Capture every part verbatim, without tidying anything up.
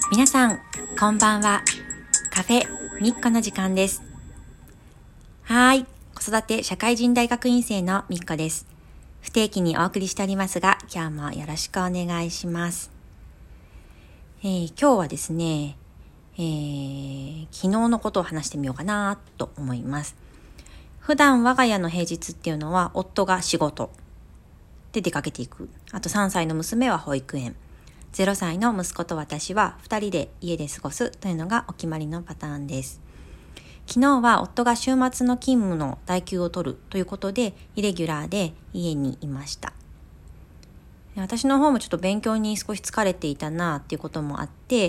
皆さんこんばんは。カフェみっこの時間です。はーい、子育て社会人大学院生のみっこです。不定期にお送りしておりますが、今日もよろしくお願いします。えー、今日はですね、えー、昨日のことを話してみようかなと思います。普段我が家の平日っていうのは夫が仕事で出かけていく。あとさんさいの娘は保育園。ゼロさいの息子と私はふたりで家で過ごすというのがお決まりのパターンです。昨日は夫が週末の勤務の代休を取るということでイレギュラーで家にいました。私の方もちょっと勉強に少し疲れていたなっていうこともあって、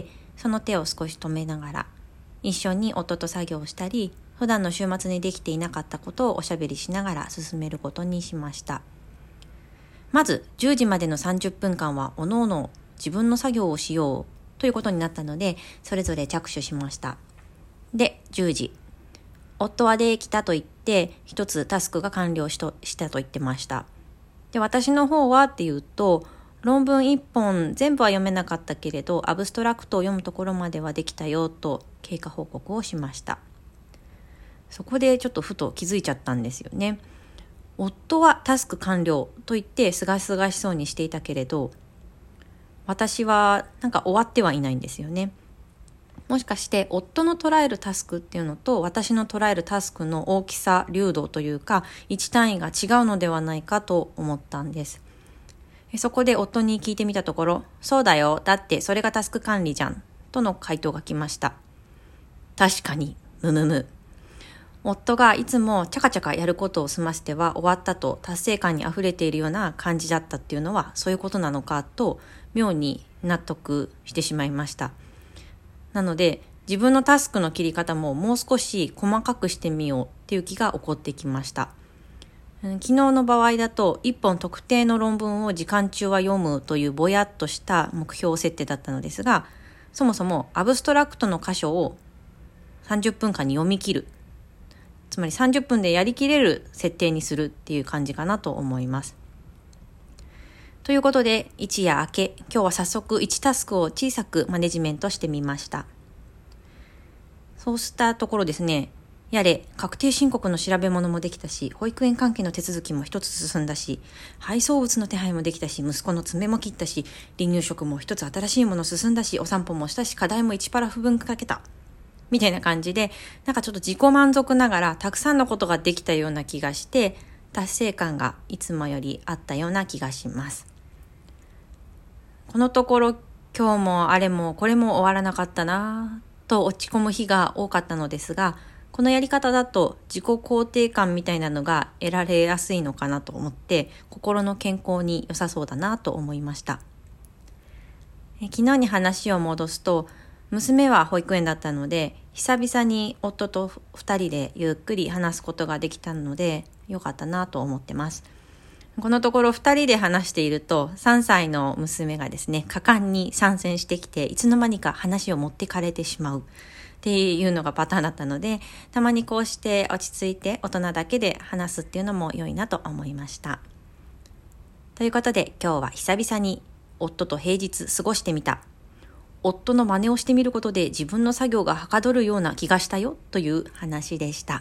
その手を少し止めながら一緒に夫と作業をしたり、普段の週末にできていなかったことをおしゃべりしながら進めることにしました。まずじゅうじまでのさんじゅっぷんかんはおのおの自分の作業をしようということになったので、それぞれ着手しました。で、じゅうじ。夫はできたと言って一つタスクが完了しとしたと言ってました。で、私の方はっていうと、論文いっぽん全部は読めなかったけれどアブストラクトを読むところまではできたよと経過報告をしました。そこでちょっとふと気づいちゃったんですよね。夫はタスク完了と言ってすがすがしそうにしていたけれど、私はなんか終わってはいないんですよね。もしかして夫の捉えるタスクっていうのと私の捉えるタスクの大きさ、流度というか位置単位が違うのではないかと思ったんです。そこで夫に聞いてみたところ、そうだよ、だってそれがタスク管理じゃんとの回答が来ました。確かに、むむむ。夫がいつもチャカチャカやることを済ませては終わったと達成感にあふれているような感じだったっていうのはそういうことなのかと妙に納得してしまいました。なので自分のタスクの切り方ももう少し細かくしてみようっていう気が起こってきました。昨日の場合だと一本特定の論文を時間中は読むというぼやっとした目標設定だったのですが、そもそもアブストラクトの箇所をさんじゅっぷんかんに読み切る、つまりさんじゅっぷんでやりきれる設定にするっていう感じかなと思います。ということで一夜明け、今日は早速いちタスクを小さくマネジメントしてみました。そうしたところですね、やれ確定申告の調べ物もできたし、保育園関係の手続きも一つ進んだし、配送物の手配もできたし、息子の爪も切ったし、離乳食も一つ新しいもの進んだし、お散歩もしたし、課題もいちパラフ分書けたみたいな感じで、なんかちょっと自己満足ながらたくさんのことができたような気がして、達成感がいつもよりあったような気がします。このところ今日もあれもこれも終わらなかったなと落ち込む日が多かったのですが、このやり方だと自己肯定感みたいなのが得られやすいのかなと思って、心の健康に良さそうだなと思いました。え昨日に話を戻すと、娘は保育園だったので久々に夫とふたりでゆっくり話すことができたので良かったなと思ってます。このところふたりで話しているとさんさいの娘がですね、果敢に参戦してきていつの間にか話を持ってかれてしまうっていうのがパターンだったので、たまにこうして落ち着いて大人だけで話すっていうのも良いなと思いました。ということで今日は久々に夫と平日過ごしてみた、夫の真似をしてみることで自分の作業がはかどるような気がしたよという話でした。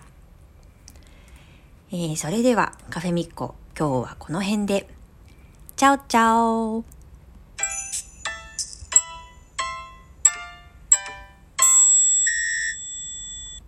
えー、それではカフェみっこ、今日はこの辺で。チャオチャオ。